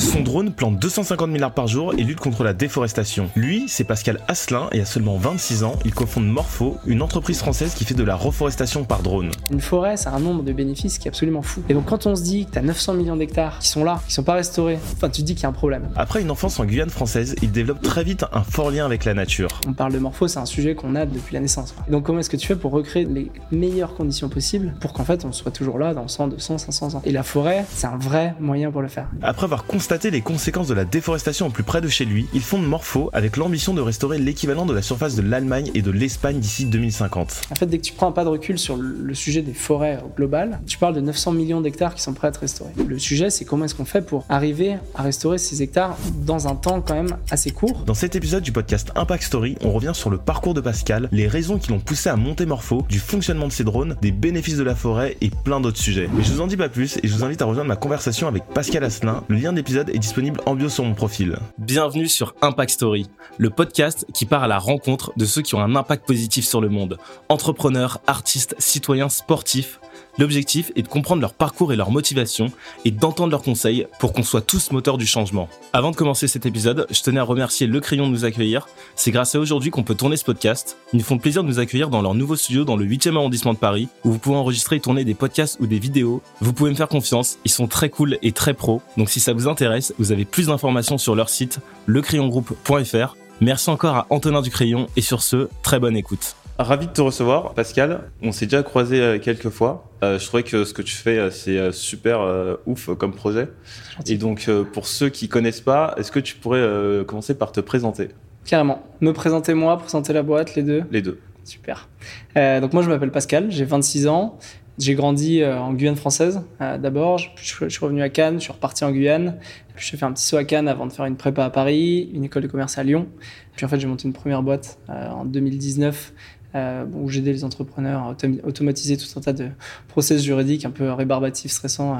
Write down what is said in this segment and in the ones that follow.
Son drone plante 250 000 arbres par jour et lutte contre la déforestation. Lui, c'est Pascal Asselin et à seulement 26 ans, il cofonde Morpho, une entreprise française qui fait de la reforestation par drone. Une forêt, c'est un nombre de bénéfices qui est absolument fou. Et donc quand on se dit que t'as 900 millions d'hectares qui sont là, qui sont pas restaurés, tu te dis qu'il y a un problème. Après une enfance en Guyane française, il développe très vite un fort lien avec la nature. On parle de Morpho, c'est un sujet qu'on a depuis la naissance. Et donc comment est-ce que tu fais pour recréer les meilleures conditions possibles pour qu'en fait on soit toujours là dans 100, 200, 500 ans. Et la forêt, c'est un vrai moyen pour le faire. Après avoir constaté les conséquences de la déforestation au plus près de chez lui, il fonde Morpho avec l'ambition de restaurer l'équivalent de la surface de l'Allemagne et de l'Espagne d'ici 2050. En fait, dès que tu prends un pas de recul sur le sujet des forêts au global, tu parles de 900 millions d'hectares qui sont prêts à être restaurés. Le sujet, c'est comment est-ce qu'on fait pour arriver à restaurer ces hectares dans un temps quand même assez court. Dans cet épisode du podcast Impact Story, on revient sur le parcours de Pascal, les raisons qui l'ont poussé à monter Morpho, du fonctionnement de ses drones, des bénéfices de la forêt et plein d'autres sujets. Mais je vous en dis pas plus et je vous invite à rejoindre ma conversation avec Pascal Asselin. Le lien d'épisode est disponible en bio sur mon profil. Bienvenue sur Impact Story, le podcast qui part à la rencontre de ceux qui ont un impact positif sur le monde. Entrepreneurs, artistes, citoyens, sportifs. L'objectif est de comprendre leur parcours et leur motivation et d'entendre leurs conseils pour qu'on soit tous moteurs du changement. Avant de commencer cet épisode, je tenais à remercier Le Crayon de nous accueillir. C'est grâce à eux aujourd'hui qu'on peut tourner ce podcast. Ils nous font le plaisir de nous accueillir dans leur nouveau studio dans le 8e arrondissement de Paris où vous pouvez enregistrer et tourner des podcasts ou des vidéos. Vous pouvez me faire confiance, ils sont très cool et très pros. Donc si ça vous intéresse, vous avez plus d'informations sur leur site lecrayongroup.fr. Merci encore à Antonin du Crayon et sur ce, très bonne écoute. Ravi de te recevoir, Pascal. On s'est déjà croisé quelques fois. Je trouvais que ce que tu fais, c'est super ouf comme projet. Et donc, pour ceux qui connaissent pas, est-ce que tu pourrais commencer par te présenter ? Carrément. Me présenter moi, présenter la boîte, les deux ? Les deux. Super. Donc moi, je m'appelle Pascal, j'ai 26 ans. J'ai grandi en Guyane française d'abord. Je suis revenu à Cannes, je suis reparti en Guyane. Puis j'ai fait un petit saut à Cannes avant de faire une prépa à Paris, une école de commerce à Lyon. Puis en fait, j'ai monté une première boîte en 2019 où j'aidais les entrepreneurs à automatiser tout un tas de process juridiques un peu rébarbatifs, stressants.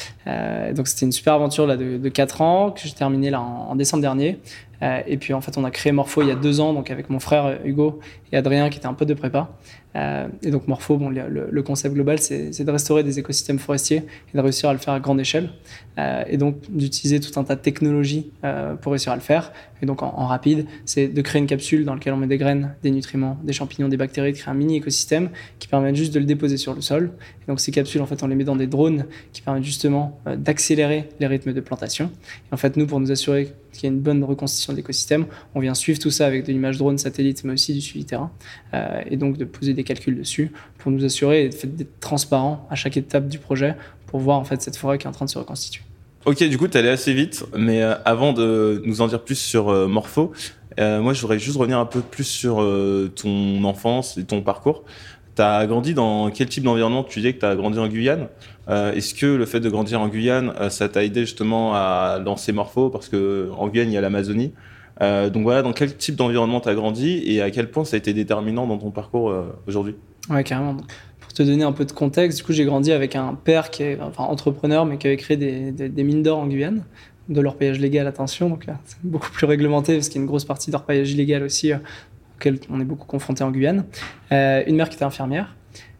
Donc c'était une super aventure là, de 4 ans que j'ai terminée là, en décembre dernier. Et puis en fait, on a créé Morpho il y a 2 ans, donc avec mon frère Hugo et Adrien qui étaient un peu de prépa. Et donc Morpho, le concept global, c'est de restaurer des écosystèmes forestiers et de réussir à le faire à grande échelle. Et donc d'utiliser tout un tas de technologies pour réussir à le faire. Et donc en rapide, c'est de créer une capsule dans laquelle on met des graines, des nutriments, des champignons, des bactéries, de créer un mini écosystème qui permet juste de le déposer sur le sol. Et donc ces capsules, en fait, on les met dans des drones qui permettent justement d'accélérer les rythmes de plantation. Et en fait, nous, pour nous assurer qu'il y a une bonne reconstitution de l'écosystème, on vient suivre tout ça avec de l'image drone, satellite, mais aussi du suivi terrain. Et donc de poser des calculs dessus pour nous assurer d'être transparent à chaque étape du projet pour voir en fait cette forêt qui est en train de se reconstituer. Ok, du coup, tu allais assez vite, mais avant de nous en dire plus sur Morpho, moi, je voudrais juste revenir un peu plus sur ton enfance et ton parcours. Tu as grandi dans quel type d'environnement ? Tu disais que tu as grandi en Guyane. Est-ce que le fait de grandir en Guyane, ça t'a aidé justement à lancer Morpho ? Parce qu'en Guyane, il y a l'Amazonie. Donc voilà, dans quel type d'environnement tu as grandi et à quel point ça a été déterminant dans ton parcours aujourd'hui ? Ouais, carrément. Pour te donner un peu de contexte, du coup, j'ai grandi avec un père qui est entrepreneur, mais qui avait créé des mines d'or en Guyane, de l'orpaillage légal, attention, donc là, c'est beaucoup plus réglementé parce qu'il y a une grosse partie d'orpaillage illégal aussi auquel on est beaucoup confronté en Guyane. Une mère qui était infirmière.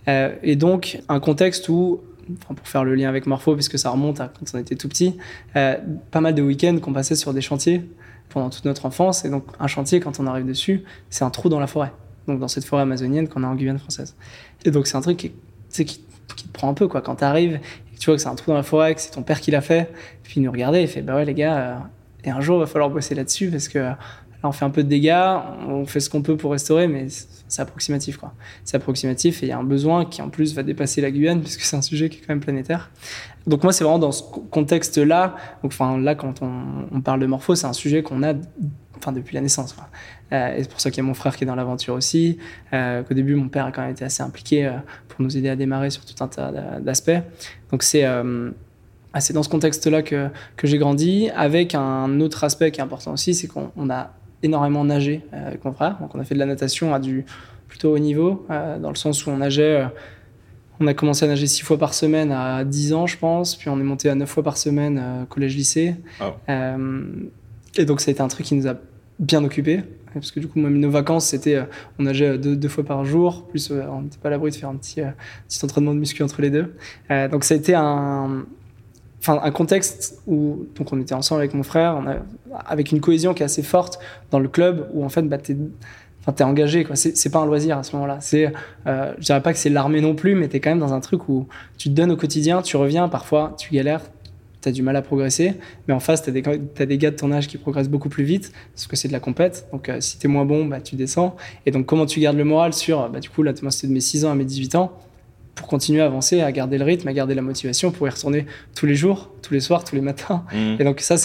Et donc, un contexte où, pour faire le lien avec Morpho, puisque ça remonte à quand on était tout petit, pas mal de week-ends qu'on passait sur des chantiers pendant toute notre enfance. Et donc, un chantier, quand on arrive dessus, c'est un trou dans la forêt. Donc, dans cette forêt amazonienne qu'on a en Guyane française. Et donc, c'est un truc qui te prend un peu, quoi. Quand tu arrives et que tu vois que c'est un trou dans la forêt, que c'est ton père qui l'a fait, puis il nous regardait, il fait, bah ouais, les gars, et un jour, il va falloir bosser là-dessus parce que là, on fait un peu de dégâts, on fait ce qu'on peut pour restaurer, mais c'est approximatif, quoi. C'est approximatif et il y a un besoin qui, en plus, va dépasser la Guyane puisque c'est un sujet qui est quand même planétaire. Donc, moi, c'est vraiment dans ce contexte-là. Donc, là, quand on parle de Morpho, c'est un sujet qu'on a depuis la naissance, quoi. Et c'est pour ça qu'il y a mon frère qui est dans l'aventure aussi, qu'au début mon père a quand même été assez impliqué pour nous aider à démarrer sur tout un tas d'aspects. Donc c'est dans ce contexte-là que j'ai grandi, avec un autre aspect qui est important aussi, c'est qu'on a énormément nagé avec mon frère. Donc on a fait de la natation à du plutôt haut niveau, dans le sens où on nageait. On a commencé à nager 6 fois par semaine à 10 ans, je pense, puis on est monté à 9 fois par semaine collège-lycée. Oh. Et donc ça a été un truc qui nous a bien occupés, parce que du coup, même nos vacances, c'était, on nageait 2 fois par jour, plus on n'était pas à l'abri de faire un petit entraînement de muscu entre les deux. Donc ça a été enfin, un contexte où donc on était ensemble avec mon frère, avec une cohésion qui est assez forte dans le club, où en fait, t'es engagé, quoi. C'est pas un loisir à ce moment-là. Je dirais pas que c'est l'armée non plus, mais t'es quand même dans un truc où tu te donnes au quotidien, tu reviens, parfois tu galères, t'as du mal à progresser, mais en face, t'as des gars de ton âge qui progressent beaucoup plus vite, parce que c'est de la compète. Donc, si t'es moins bon, tu descends. Et donc, comment tu gardes le moral sur, du coup, là, moi, c'était de mes 6 ans à mes 18 ans, pour continuer à avancer, à garder le rythme, à garder la motivation, pour y retourner tous les jours, tous les soirs, tous les matins. Et donc ça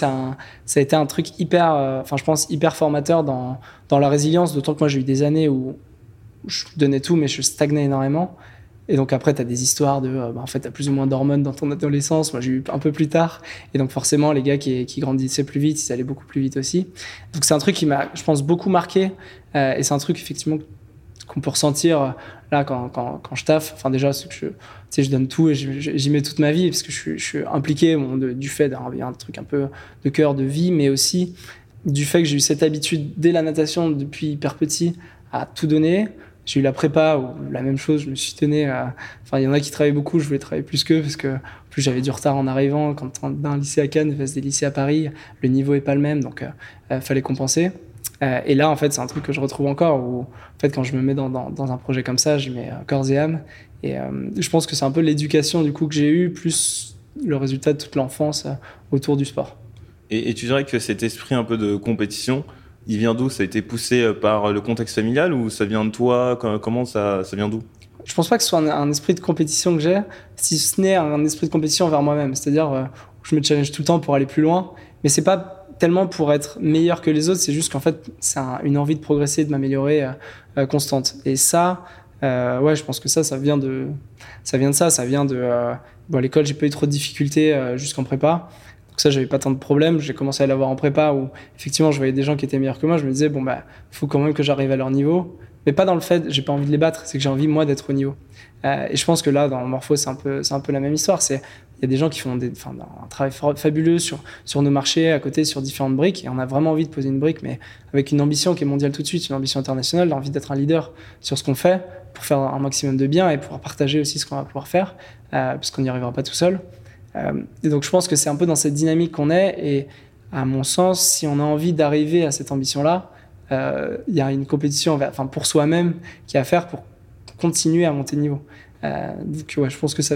a été un truc hyper, je pense, hyper formateur dans la résilience, d'autant que moi, j'ai eu des années où je donnais tout, mais je stagnais énormément. Et donc après, tu as des histoires en fait, tu as plus ou moins d'hormones dans ton adolescence. Moi, j'ai eu un peu plus tard. Et donc forcément, les gars qui grandissaient plus vite, ils allaient beaucoup plus vite aussi. Donc c'est un truc qui m'a, je pense, beaucoup marqué. Et c'est un truc, effectivement, qu'on peut ressentir là quand je taffe. Enfin, déjà, c'est que je donne tout et j'y mets toute ma vie parce que je suis impliqué du fait d'avoir un truc un peu de cœur, de vie, mais aussi du fait que j'ai eu cette habitude dès la natation depuis hyper petit à tout donner. J'ai eu la prépa où la même chose, je me suis tenu à... Enfin, il y en a qui travaillent beaucoup, je voulais travailler plus qu'eux parce que en plus j'avais du retard en arrivant. Quand d'un lycée à Cannes vers des lycées à Paris, le niveau est pas le même, donc fallait compenser. Et là, en fait, c'est un truc que je retrouve encore où, en fait, quand je me mets dans un projet comme ça, j'y mets corps et âme. Et je pense que c'est un peu l'éducation du coup que j'ai eue, plus le résultat de toute l'enfance autour du sport. Et tu dirais que cet esprit un peu de compétition, il vient d'où? Ça a été poussé par le contexte familial ou ça vient de toi? Comment ça vient d'où? Je pense pas que ce soit un esprit de compétition que j'ai, si ce n'est un esprit de compétition envers moi-même. C'est-à-dire je me challenge tout le temps pour aller plus loin, mais c'est pas tellement pour être meilleur que les autres, c'est juste qu'en fait, c'est une envie de progresser, de m'améliorer constante. Et ça, je pense que ça vient de ça. Ça vient de... à l'école, j'ai pas eu trop de difficultés jusqu'en prépa. Donc ça, j'avais pas tant de problèmes. J'ai commencé à l'avoir en prépa où, effectivement, je voyais des gens qui étaient meilleurs que moi. Je me disais, faut quand même que j'arrive à leur niveau. Mais pas dans le fait, j'ai pas envie de les battre, c'est que j'ai envie, moi, d'être au niveau. Et je pense que là, dans Morpho, c'est un peu la même histoire. Il y a des gens qui font un travail fabuleux sur nos marchés, à côté, sur différentes briques. Et on a vraiment envie de poser une brique, mais avec une ambition qui est mondiale tout de suite, une ambition internationale, l'envie d'être un leader sur ce qu'on fait pour faire un maximum de bien et pouvoir partager aussi ce qu'on va pouvoir faire, parce qu'on n'y arrivera pas tout seul. Et donc, je pense que c'est un peu dans cette dynamique qu'on est. Et à mon sens, si on a envie d'arriver à cette ambition-là, il y a une compétition pour soi-même qui est à faire pour continuer à monter de niveau. Donc, je pense que c'est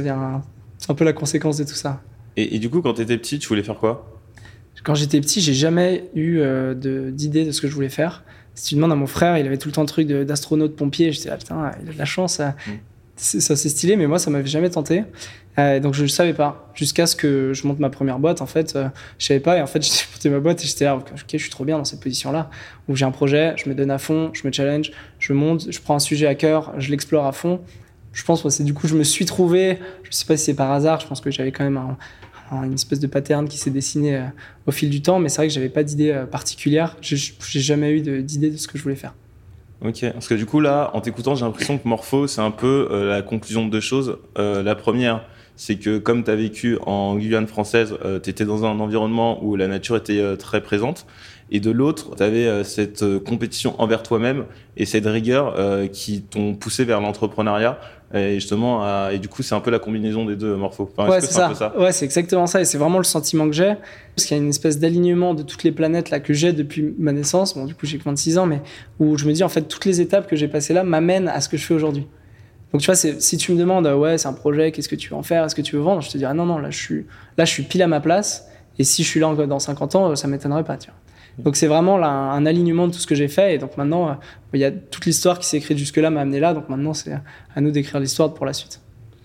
un peu la conséquence de tout ça. Et du coup, quand tu étais petit, tu voulais faire quoi? Quand j'étais petit, j'ai jamais eu d'idée de ce que je voulais faire. Si tu demandes à mon frère, il avait tout le temps le truc d'astronaute, pompier. J'étais là, putain, il a de la chance. Ça c'est stylé, mais moi, ça m'avait jamais tenté. Donc, je ne savais pas. Jusqu'à ce que je monte ma première boîte, en fait, je savais pas. Et en fait, j'ai monté ma boîte et j'étais là, ok, je suis trop bien dans cette position-là, où j'ai un projet, je me donne à fond, je me challenge, je monte, je prends un sujet à cœur, je l'explore à fond. Je pense que c'est du coup, je me suis trouvé, je sais pas si c'est par hasard, je pense que j'avais quand même une espèce de pattern qui s'est dessiné au fil du temps, mais c'est vrai que j'avais pas d'idée particulière. J'ai jamais eu d'idée de ce que je voulais faire. Ok, parce que du coup là, en t'écoutant, j'ai l'impression que Morpho, c'est un peu la conclusion de deux choses. La première, c'est que comme tu as vécu en Guyane française, tu étais dans un environnement où la nature était très présente. Et de l'autre, tu avais cette compétition envers toi-même et cette rigueur qui t'ont poussé vers l'entrepreneuriat. Et justement, et du coup, c'est un peu la combinaison des deux, Morpho. Ouais, c'est ça. Un peu ça. Ouais, c'est exactement ça. Et c'est vraiment le sentiment que j'ai. Parce qu'il y a une espèce d'alignement de toutes les planètes là, que j'ai depuis ma naissance. Bon, du coup, j'ai que 26 ans, mais où je me dis, en fait, toutes les étapes que j'ai passées là m'amènent à ce que je fais aujourd'hui. Donc, tu vois, si tu me demandes, c'est un projet, qu'est-ce que tu veux en faire, est-ce que tu veux vendre, je te dirais, non, là, je suis pile à ma place. Et si je suis là dans 50 ans, ça m'étonnerait pas, tu vois. Donc c'est vraiment là, un alignement de tout ce que j'ai fait. Et donc maintenant, il y a toute l'histoire qui s'est écrite jusque-là m'a amené là. Donc maintenant, c'est à nous d'écrire l'histoire pour la suite.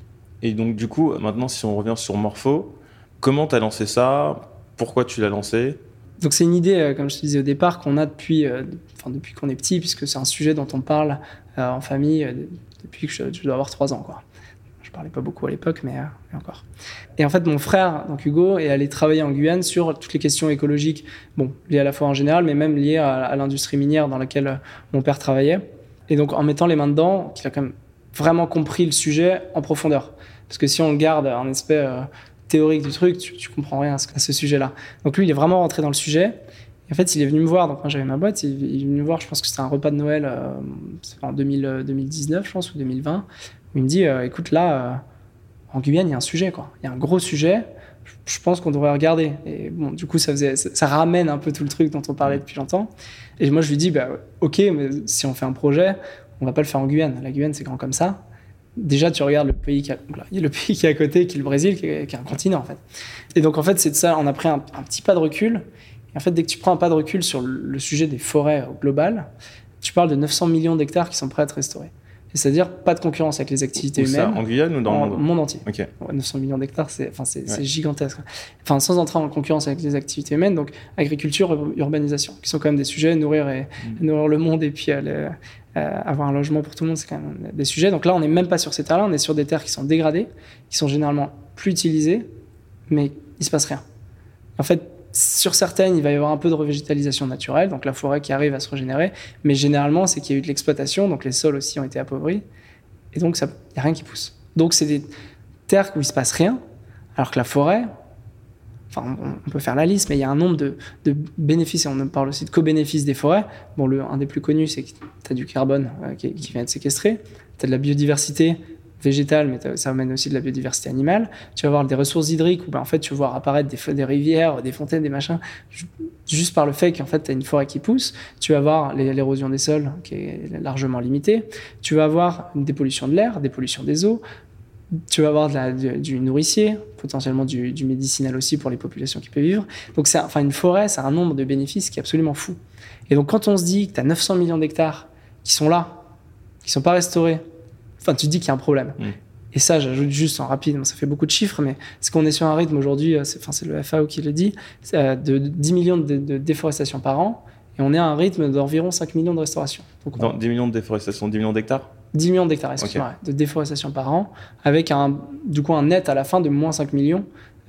Et donc du coup, maintenant, si on revient sur Morpho, comment tu as lancé ça? Pourquoi tu l'as lancé? Donc c'est une idée, comme je te disais au départ, qu'on a depuis qu'on est petit, puisque c'est un sujet dont on parle en famille depuis que je dois avoir 3 ans, quoi. Je parlais pas beaucoup à l'époque, mais encore. Et en fait, mon frère, donc Hugo, est allé travailler en Guyane sur toutes les questions écologiques, liées à la fois en général, mais même liées à l'industrie minière dans laquelle mon père travaillait. Et donc, en mettant les mains dedans, il a quand même vraiment compris le sujet en profondeur. Parce que si on garde un aspect théorique du truc, tu comprends rien à ce sujet-là. Donc lui, il est vraiment rentré dans le sujet. Et en fait, il est venu me voir. Donc moi, j'avais ma boîte. Il est venu me voir. Je pense que c'était un repas de Noël en 2019, je pense, ou 2020. Il me dit, écoute, là, en Guyane, il y a un sujet, quoi. Il y a un gros sujet. je pense qu'on devrait regarder. Et bon, du coup, ça ramène un peu tout le truc dont on parlait depuis longtemps. Et moi, je lui dis, ok, mais si on fait un projet, on va pas le faire en Guyane. La Guyane, c'est grand comme ça. Déjà, tu regardes le pays qui est à côté, qui est le Brésil, qui est un continent, en fait. Et donc, en fait, c'est de ça, on a pris un petit pas de recul. Et en fait, dès que tu prends un pas de recul sur le sujet des forêts au global, tu parles de 900 millions d'hectares qui sont prêts à être restaurés. Et c'est-à-dire pas de concurrence avec les activités humaines. Ça, en Guyane ou dans le monde entier. Okay. Ouais, 900 millions d'hectares, c'est gigantesque. Enfin, sans entrer en concurrence avec les activités humaines, donc agriculture, urbanisation, qui sont quand même des sujets, nourrir le monde et puis avoir un logement pour tout le monde, c'est quand même des sujets. Donc là, on n'est même pas sur ces terres-là, on est sur des terres qui sont dégradées, qui sont généralement plus utilisées, mais il ne se passe rien. En fait, sur certaines, il va y avoir un peu de revégétalisation naturelle, donc la forêt qui arrive à se régénérer, mais généralement, c'est qu'il y a eu de l'exploitation, donc les sols aussi ont été appauvris, et donc il n'y a rien qui pousse. Donc c'est des terres où il ne se passe rien, alors que la forêt, enfin, on peut faire la liste, mais il y a un nombre de bénéfices, et on parle aussi de co-bénéfices des forêts. Bon, un des plus connus, c'est que tu as du carbone qui vient être séquestré, tu as de la biodiversité végétale, mais ça amène aussi de la biodiversité animale. Tu vas avoir des ressources hydriques où en fait, tu vas voir apparaître des rivières, des fontaines, des machins, juste par le fait qu'en fait, tu as une forêt qui pousse. Tu vas avoir l'érosion des sols qui est largement limitée. Tu vas avoir une dépollution de l'air, des pollutions des eaux. Tu vas avoir du nourricier, potentiellement du médicinal aussi pour les populations qui peuvent vivre. Donc, une forêt, c'est un nombre de bénéfices qui est absolument fou. Et donc, quand on se dit que tu as 900 millions d'hectares qui sont là, qui ne sont pas restaurés, enfin, tu te dis qu'il y a un problème. Et ça, j'ajoute juste en rapide, ça fait beaucoup de chiffres, mais c'est qu'on est sur un rythme aujourd'hui, c'est le FAO qui le dit, de 10 millions de déforestation par an, et on est à un rythme d'environ 5 millions de restauration. Donc, 10 millions de déforestation, 10 millions d'hectares 10 millions d'hectares, excuse-moi, de déforestation par an, avec un net à la fin de moins 5 millions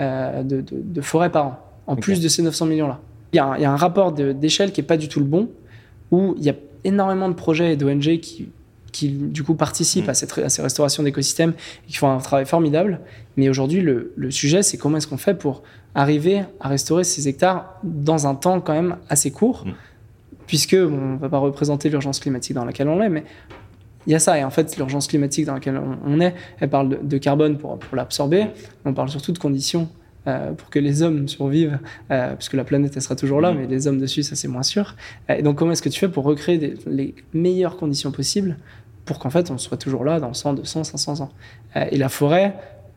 de forêts par an, en plus de ces 900 millions-là. Il y a un rapport d'échelle qui n'est pas du tout le bon, où il y a énormément de projets et d'ONG qui du coup participent à ces restaurations d'écosystèmes et qui font un travail formidable. Mais aujourd'hui, le sujet, c'est comment est-ce qu'on fait pour arriver à restaurer ces hectares dans un temps quand même assez court, puisque on ne va pas représenter l'urgence climatique dans laquelle on est, mais il y a ça. Et en fait, l'urgence climatique dans laquelle on est, elle parle de carbone pour l'absorber, mais on parle surtout de conditions pour que les hommes survivent, puisque la planète, elle sera toujours là, mais les hommes dessus, ça c'est moins sûr. Et donc, comment est-ce que tu fais pour recréer les meilleures conditions possibles pour qu'en fait, on soit toujours là dans 100, 200, 500 ans. Et la forêt,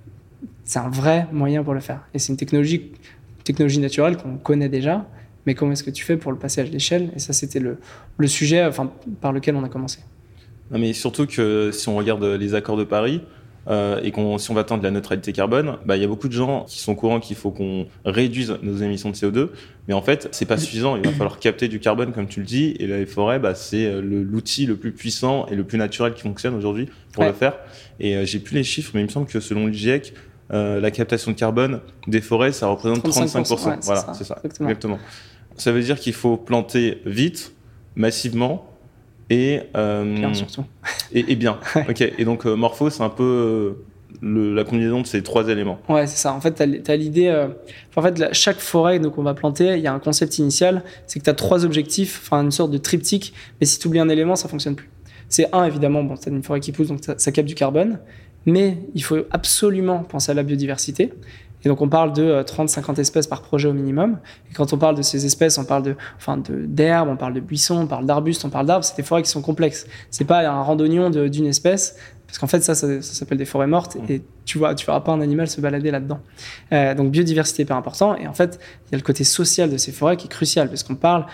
c'est un vrai moyen pour le faire. Et c'est une technologie naturelle qu'on connaît déjà, mais comment est-ce que tu fais pour le passer à l'échelle ? Et ça, c'était le sujet par lequel on a commencé. Non, mais surtout que si on regarde les accords de Paris, et si on va atteindre la neutralité carbone, il y a beaucoup de gens qui sont au courant qu'il faut qu'on réduise nos émissions de CO2, mais en fait, c'est pas suffisant. Il va falloir capter du carbone, comme tu le dis, et les forêts, c'est l'outil le plus puissant et le plus naturel qui fonctionne aujourd'hui pour le faire. Et j'ai plus les chiffres, mais il me semble que selon le GIEC, la captation de carbone des forêts, ça représente 35%. Ouais, voilà, c'est ça. Exactement. Ça veut dire qu'il faut planter vite, massivement, et bien surtout. Et bien. Ok. Et donc Morpho, c'est un peu la combinaison de ces trois éléments. Ouais, c'est ça. En fait, t'as l'idée. Chaque forêt qu'on va planter, il y a un concept initial, c'est que tu as 3 objectifs, une sorte de triptyque. Mais si tu oublies un élément, ça fonctionne plus. C'est évidemment, tu as une forêt qui pousse, donc ça capte du carbone. Mais il faut absolument penser à la biodiversité. Et donc, on parle de 30-50 espèces par projet au minimum. Et quand on parle de ces espèces, on parle d'herbes, on parle de buissons, on parle d'arbustes, on parle d'arbres. C'est des forêts qui sont complexes. C'est pas un randonnion d'une espèce, parce qu'en fait, ça s'appelle des forêts mortes. Et tu verras pas un animal se balader là-dedans. Donc, biodiversité est hyper important. Et en fait, il y a le côté social de ces forêts qui est crucial, parce qu'on parle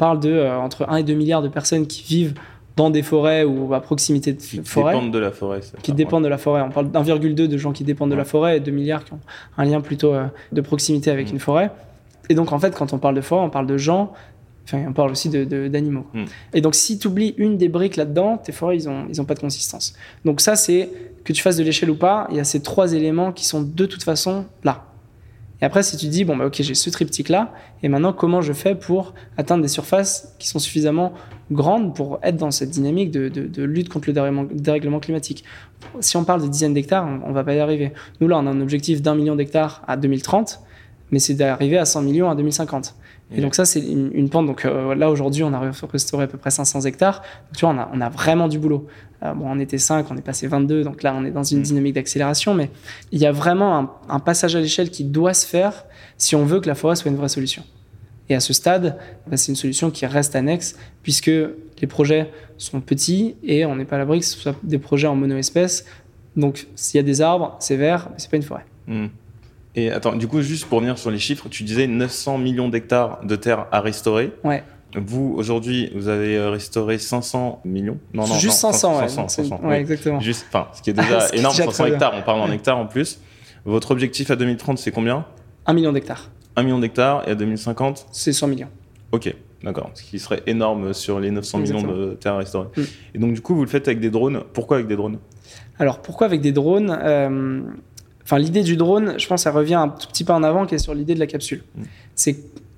de entre 1 et 2 milliards de personnes qui vivent dans des forêts ou à proximité de forêts. Qui dépendent de la forêt. Qui dépendent de la forêt. On parle d'1,2 de gens qui dépendent de la forêt et 2 milliards qui ont un lien plutôt de proximité avec une forêt. Et donc, en fait, quand on parle de forêt, on parle de gens, on parle aussi d'animaux. Et donc, si tu oublies une des briques là-dedans, tes forêts, ils ont pas de consistance. Donc ça, c'est que tu fasses de l'échelle ou pas, il y a ces 3 éléments qui sont de toute façon là. Et après, si tu dis, ok, j'ai ce triptyque-là, et maintenant, comment je fais pour atteindre des surfaces qui sont suffisamment grandes pour être dans cette dynamique de lutte contre le dérèglement climatique. Si on parle de dizaines d'hectares, on ne va pas y arriver. Nous, là, on a un objectif d'1 million d'hectares à 2030, mais c'est d'arriver à 100 millions à 2050. Et donc ça, c'est une pente. Donc là, aujourd'hui, on a restauré à peu près 500 hectares. Donc, tu vois, on a vraiment du boulot. On était 5, on est passé 22. Donc là, on est dans une dynamique d'accélération. Mais il y a vraiment un passage à l'échelle qui doit se faire si on veut que la forêt soit une vraie solution. Et à ce stade, c'est une solution qui reste annexe puisque les projets sont petits et on n'est pas à l'abri que ce soit des projets en monoespèce. Donc, s'il y a des arbres, c'est vert, mais c'est pas une forêt. Et attends, du coup, juste pour revenir sur les chiffres, tu disais 900 millions d'hectares de terre à restaurer. Ouais. Vous, aujourd'hui, vous avez restauré 500 millions. Non, juste 500, ouais. 500, ouais, exactement. Juste, ce qui est déjà énorme, 500 hectares, on parle en hectares en plus. Votre objectif à 2030, c'est combien ? 1 million d'hectares. 1 million d'hectares, et à 2050 ? C'est 100 millions. Ok, d'accord. Ce qui serait énorme sur les 900 Exactement. millions de terres à restaurer. Et donc, du coup, vous le faites avec des drones. Pourquoi avec des drones ? Alors, pourquoi avec des drones ? L'idée du drone, je pense, ça revient un tout petit peu en avant, qui est sur l'idée de la capsule. C'est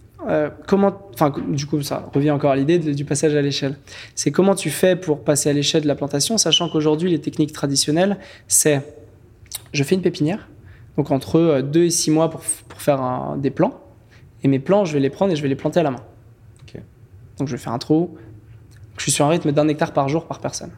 du coup, ça revient encore à l'idée du passage à l'échelle. C'est comment tu fais pour passer à l'échelle de la plantation, sachant qu'aujourd'hui, les techniques traditionnelles, c'est je fais une pépinière, donc entre 2 et 6 mois pour faire des plants, et mes plants, je vais les prendre et je vais les planter à la main. Okay. Donc, je vais faire un trou. Je suis sur un rythme d'1 hectare par jour par personne.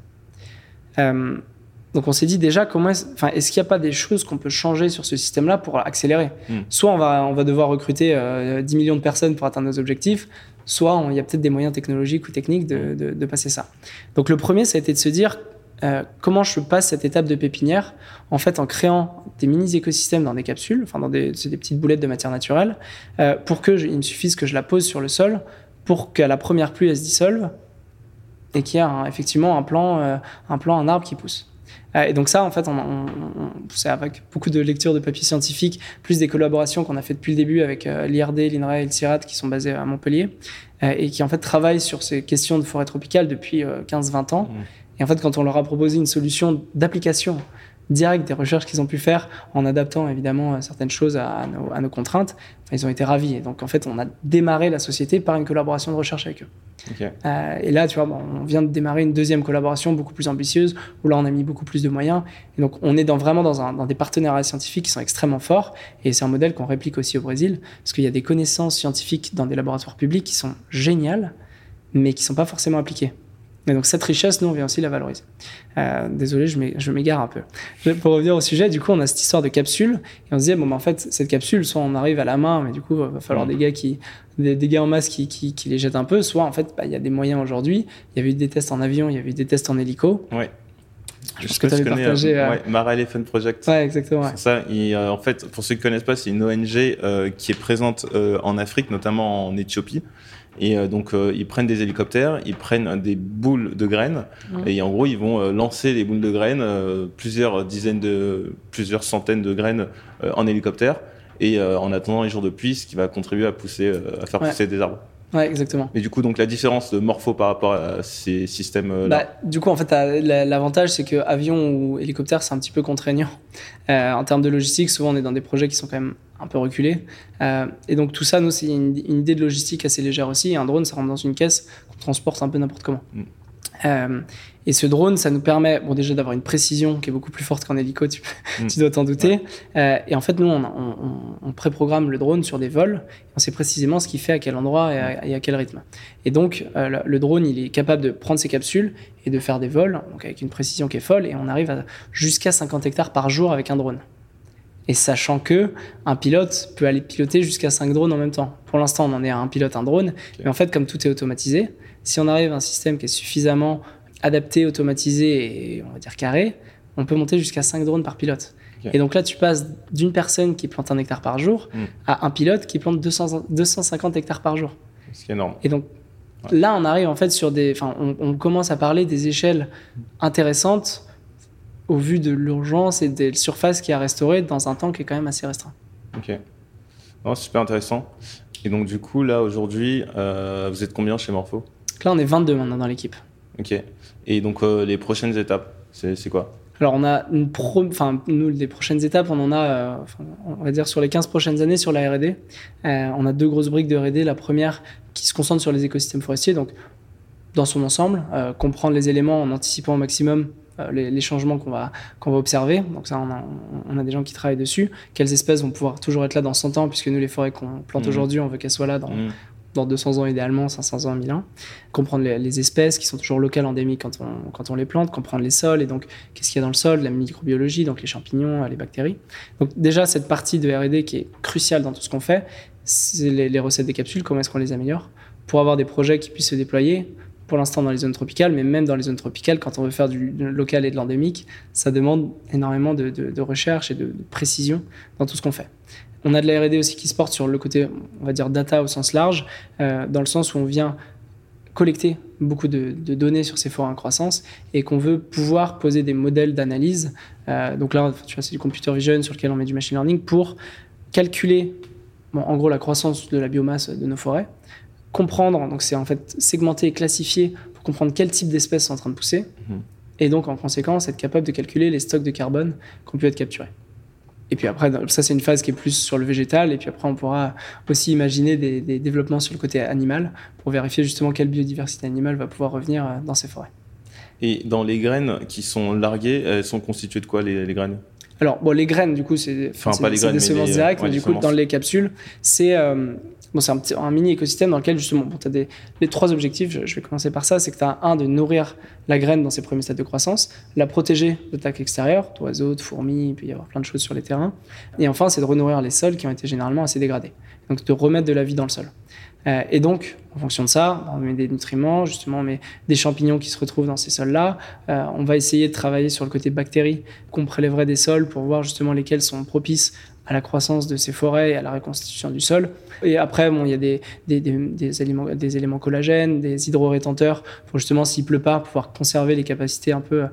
Donc on s'est dit déjà est-ce qu'il n'y a pas des choses qu'on peut changer sur ce système-là pour accélérer ? Soit on va devoir recruter 10 millions de personnes pour atteindre nos objectifs, soit il y a peut-être des moyens technologiques ou techniques de passer ça. Donc le premier, ça a été de se dire comment je passe cette étape de pépinière en fait en créant des mini-écosystèmes dans des capsules, c'est des petites boulettes de matière naturelle, pour il me suffise que je la pose sur le sol pour qu'à la première pluie elle se dissolve et qu'il y ait effectivement un arbre qui pousse. Et donc ça, en fait, c'est avec beaucoup de lectures de papiers scientifiques, plus des collaborations qu'on a fait depuis le début avec l'IRD, l'INRA et le CIRAD qui sont basés à Montpellier et qui en fait travaillent sur ces questions de forêt tropicale depuis 15-20 ans. Et en fait, quand on leur a proposé une solution d'application directe des recherches qu'ils ont pu faire en adaptant évidemment certaines choses à nos contraintes, ils ont été ravis. Et donc en fait, on a démarré la société par une collaboration de recherche avec eux. Okay. Et là, tu vois, on vient de démarrer une deuxième collaboration beaucoup plus ambitieuse où là, on a mis beaucoup plus de moyens. Et donc, on est vraiment dans des partenariats scientifiques qui sont extrêmement forts. Et c'est un modèle qu'on réplique aussi au Brésil parce qu'il y a des connaissances scientifiques dans des laboratoires publics qui sont géniales, mais qui ne sont pas forcément appliquées. Et donc cette richesse, nous, on vient aussi la valoriser. Désolé, je m'égare un peu. Pour revenir au sujet, du coup, on a cette histoire de capsule et on se disait, en fait, cette capsule, soit on arrive à la main, mais du coup, il va falloir des gars en masse qui les jettent un peu, soit en fait, il y a des moyens aujourd'hui. Il y avait eu des tests en avion, il y avait eu des tests en hélico. Ouais. Je pense que tu avais partagé. Mara Elephant Project. Ouais, exactement. C'est ça. En fait, pour ceux qui ne connaissent pas, c'est une ONG qui est présente en Afrique, notamment en Éthiopie. Et donc, ils prennent des hélicoptères, ils prennent des boules de graines et en gros, ils vont lancer les boules de graines, plusieurs centaines de graines en hélicoptère et en attendant les jours de pluie, ce qui va contribuer à faire pousser des arbres. Ouais, exactement. Et du coup, donc la différence de morpho par rapport à ces systèmes-là. Du coup, en fait, l'avantage, c'est que avion ou hélicoptère, c'est un petit peu contraignant. En termes de logistique, souvent, on est dans des projets qui sont quand même un peu reculés. Et donc, tout ça, nous, c'est une idée de logistique assez légère aussi. Et un drone, ça rentre dans une caisse qu'on transporte un peu n'importe comment. Et ce drone, ça nous permet déjà d'avoir une précision qui est beaucoup plus forte qu'en hélico, tu dois t'en douter. Et en fait, nous, on préprogramme le drone sur des vols. On sait précisément ce qu'il fait, à quel endroit et à quel rythme. Et donc, le drone, il est capable de prendre ses capsules et de faire des vols, donc avec une précision qui est folle. Et on arrive à jusqu'à 50 hectares par jour avec un drone. Et sachant qu'un pilote peut aller piloter jusqu'à 5 drones en même temps. Pour l'instant, on en est à un pilote, un drone. Okay. Mais en fait, comme tout est automatisé, si on arrive à un système qui est suffisamment adapté, automatisé et on va dire carré, on peut monter jusqu'à 5 drones par pilote. Okay. Et donc là, tu passes d'une personne qui plante 1 hectare par jour à un pilote qui plante 250 hectares par jour. C'est énorme. Et donc là, on arrive en fait sur on commence à parler des échelles intéressantes au vu de l'urgence et des surfaces qui a restauré dans un temps qui est quand même assez restreint. Ok. Non, super intéressant. Et donc du coup, là, aujourd'hui, vous êtes combien chez Morpho ? Là, on est 22 maintenant dans l'équipe. Ok. Et donc, les prochaines étapes, c'est quoi ? Alors, on a nous, les prochaines étapes, on en a, on va dire, sur les 15 prochaines années sur la R&D. On a 2 grosses briques de R&D. La première qui se concentre sur les écosystèmes forestiers, donc dans son ensemble, comprendre les éléments en anticipant au maximum les changements qu'on va observer. Donc ça, on a des gens qui travaillent dessus. Quelles espèces vont pouvoir toujours être là dans 100 ans, puisque nous, les forêts qu'on plante aujourd'hui, on veut qu'elles soient là dans 200 ans idéalement, 500 ans, 1000 ans. Comprendre les espèces qui sont toujours locales, endémiques quand on les plante, comprendre les sols et donc qu'est-ce qu'il y a dans le sol, la microbiologie, donc les champignons, les bactéries. Donc déjà, cette partie de R&D qui est cruciale dans tout ce qu'on fait, c'est les recettes des capsules, comment est-ce qu'on les améliore pour avoir des projets qui puissent se déployer, pour l'instant dans les zones tropicales, mais même dans les zones tropicales, quand on veut faire du local et de l'endémique, ça demande énormément de recherche et de précision dans tout ce qu'on fait. On a de la R&D aussi qui se porte sur le côté, on va dire, data au sens large, dans le sens où on vient collecter beaucoup de données sur ces forêts en croissance et qu'on veut pouvoir poser des modèles d'analyse. Donc là, tu vois, c'est du computer vision sur lequel on met du machine learning pour calculer, en gros, la croissance de la biomasse de nos forêts, comprendre, donc c'est en fait segmenter et classifier pour comprendre quel type d'espèces sont en train de pousser, et donc en conséquence être capable de calculer les stocks de carbone qui ont pu être capturés. Et puis après, ça c'est une phase qui est plus sur le végétal, et puis après on pourra aussi imaginer des développements sur le côté animal pour vérifier justement quelle biodiversité animale va pouvoir revenir dans ces forêts. Et dans les graines qui sont larguées, elles sont constituées de quoi les graines ? Alors bon, les graines du coup c'est des semences directes, mais du coup dans les capsules c'est un mini écosystème dans lequel justement tu as les 3 objectifs, je vais commencer par ça, c'est que tu as de nourrir la graine dans ses premiers stades de croissance, la protéger d'attaques extérieures, d'oiseaux, de fourmis, il peut y avoir plein de choses sur les terrains, et enfin c'est de renourrir les sols qui ont été généralement assez dégradés, donc de remettre de la vie dans le sol. Et donc, en fonction de ça, on met des nutriments, justement, on met des champignons qui se retrouvent dans ces sols-là. On va essayer de travailler sur le côté bactéries qu'on prélèverait des sols pour voir justement lesquels sont propices à la croissance de ces forêts et à la reconstitution du sol. Et après, il y a des éléments collagènes, des hydrorétenteurs pour justement, s'il pleut pas, pouvoir conserver les capacités un peu,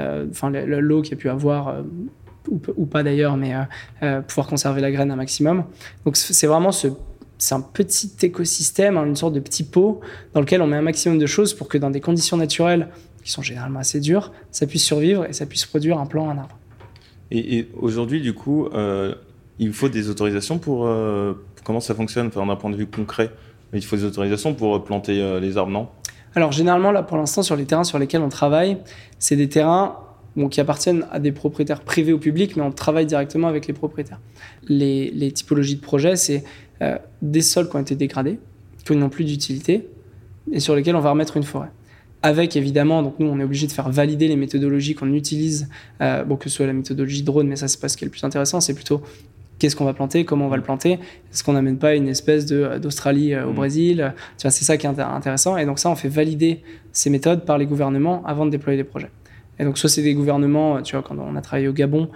l'eau qu'il y a pu avoir, ou pas d'ailleurs, mais pouvoir conserver la graine un maximum. Donc c'est vraiment c'est un petit écosystème, une sorte de petit pot dans lequel on met un maximum de choses pour que dans des conditions naturelles qui sont généralement assez dures, ça puisse survivre et ça puisse produire un plant, un arbre. Et aujourd'hui, du coup, il faut des autorisations pour comment ça fonctionne, d'un point de vue concret. Il faut des autorisations pour planter les arbres, non ? Alors généralement, là pour l'instant, sur les terrains sur lesquels on travaille, c'est des terrains qui appartiennent à des propriétaires privés ou publics, mais on travaille directement avec les propriétaires. Les typologies de projets, c'est des sols qui ont été dégradés, qui n'ont plus d'utilité, et sur lesquels on va remettre une forêt. Avec évidemment, donc nous on est obligé de faire valider les méthodologies qu'on utilise, que ce soit la méthodologie drone, mais ça c'est pas ce qui est le plus intéressant, c'est plutôt qu'est-ce qu'on va planter, comment on va le planter, est-ce qu'on n'amène pas une espèce d'Australie au Brésil, tu vois, c'est ça qui est intéressant, et donc ça on fait valider ces méthodes par les gouvernements avant de déployer des projets. Et donc, soit c'est des gouvernements, tu vois, quand on a travaillé au Gabon,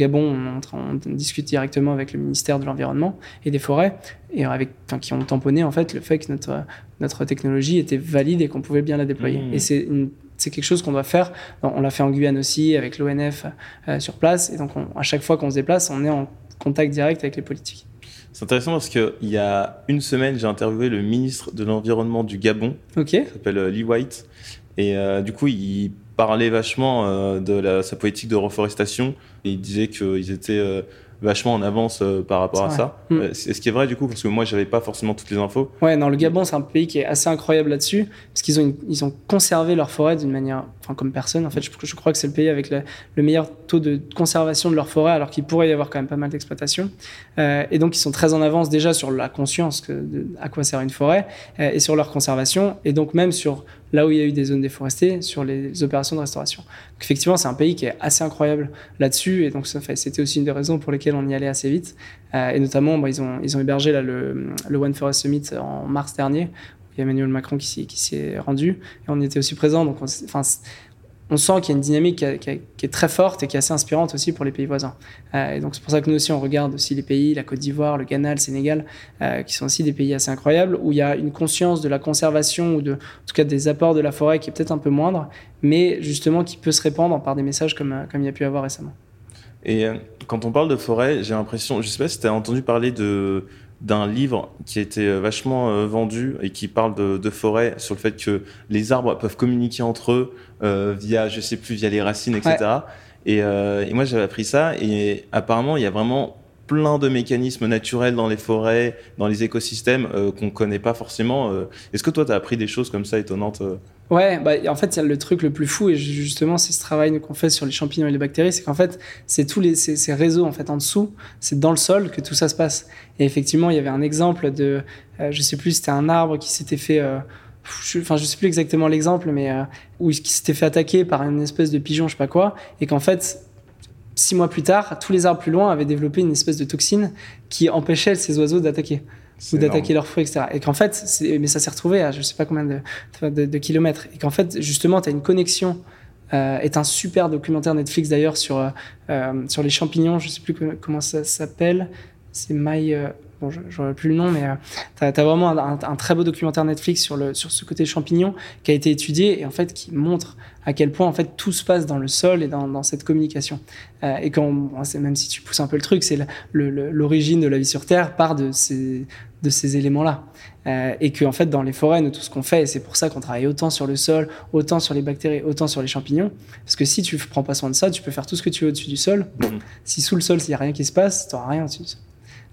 on discute directement avec le ministère de l'Environnement et des Forêts, et qui ont tamponné, en fait, le fait que notre technologie était valide et qu'on pouvait bien la déployer. Et c'est quelque chose qu'on doit faire. On l'a fait en Guyane aussi, avec l'ONF sur place. Et donc, à chaque fois qu'on se déplace, on est en contact direct avec les politiques. C'est intéressant parce qu'il y a une semaine, j'ai interviewé le ministre de l'Environnement du Gabon, qui s'appelle Lee White. Et du coup, il parlait vachement de sa politique de reforestation. Et il disait qu'ils étaient vachement en avance par rapport à ça. C'est ce qui est vrai du coup, parce que moi, j'avais pas forcément toutes les infos. Ouais, non, le Gabon, c'est un pays qui est assez incroyable là-dessus, parce qu'ils ont conservé leur forêt d'une manière, comme personne. En fait, je crois que c'est le pays avec le meilleur taux de conservation de leur forêt, alors qu'il pourrait y avoir quand même pas mal d'exploitation. Et donc, ils sont très en avance déjà sur la conscience à quoi sert une forêt, et sur leur conservation, et donc même sur là où il y a eu des zones déforestées, sur les opérations de restauration. Donc, effectivement, c'est un pays qui est assez incroyable là-dessus, et donc c'était aussi une des raisons pour lesquelles on y allait assez vite. Et notamment, ils ont hébergé là, le One Forest Summit en mars dernier. Il y a Emmanuel Macron qui s'y est rendu, et on y était aussi présent. Donc, on sent qu'il y a une dynamique qui est très forte et qui est assez inspirante aussi pour les pays voisins. Et donc c'est pour ça que nous aussi on regarde aussi les pays, la Côte d'Ivoire, le Ghana, le Sénégal, qui sont aussi des pays assez incroyables où il y a une conscience de la conservation ou en tout cas des apports de la forêt qui est peut-être un peu moindre, mais justement qui peut se répandre par des messages comme il y a pu avoir récemment. Et quand on parle de forêt, j'ai l'impression, je sais pas si tu as entendu parler d'un livre qui a été vachement vendu et qui parle de forêt, sur le fait que les arbres peuvent communiquer entre eux via les racines, etc. Ouais. Et moi, j'avais appris ça, et apparemment, il y a vraiment plein de mécanismes naturels dans les forêts, dans les écosystèmes qu'on connaît pas forcément. Est-ce que toi, tu as appris des choses comme ça étonnantes Ouais, en fait, il y a le truc le plus fou, et justement, c'est ce travail qu'on fait sur les champignons et les bactéries, c'est qu'en fait, c'est tous ces réseaux en fait en dessous, c'est dans le sol que tout ça se passe. Et effectivement, il y avait un exemple de, je sais plus, c'était un arbre qui s'était fait, je sais plus exactement l'exemple, mais qui s'était fait attaquer par une espèce de pigeon, je sais pas quoi, et qu'en fait, 6 mois plus tard, tous les arbres plus loin avaient développé une espèce de toxine qui empêchait ces oiseaux d'attaquer. Ou d'attaquer leurs fruits, etc. Et qu'en fait, mais ça s'est retrouvé à je sais pas combien de kilomètres. Et qu'en fait, justement, tu as une connexion. Est un super documentaire Netflix d'ailleurs sur les champignons. Je sais plus comment ça s'appelle. C'est bon, je n'aurai plus le nom, mais t'as vraiment un très beau documentaire Netflix sur ce côté champignon qui a été étudié et en fait qui montre à quel point en fait tout se passe dans le sol et dans cette communication. Et même si tu pousses un peu le truc, c'est l'origine de la vie sur Terre part de ces éléments-là. Et que en fait dans les forêts, nous tout ce qu'on fait, et c'est pour ça qu'on travaille autant sur le sol, autant sur les bactéries, autant sur les champignons, parce que si tu prends pas soin de ça, tu peux faire tout ce que tu veux au-dessus du sol. Si sous le sol, s'il y a rien qui se passe, t'auras rien au-dessus du sol.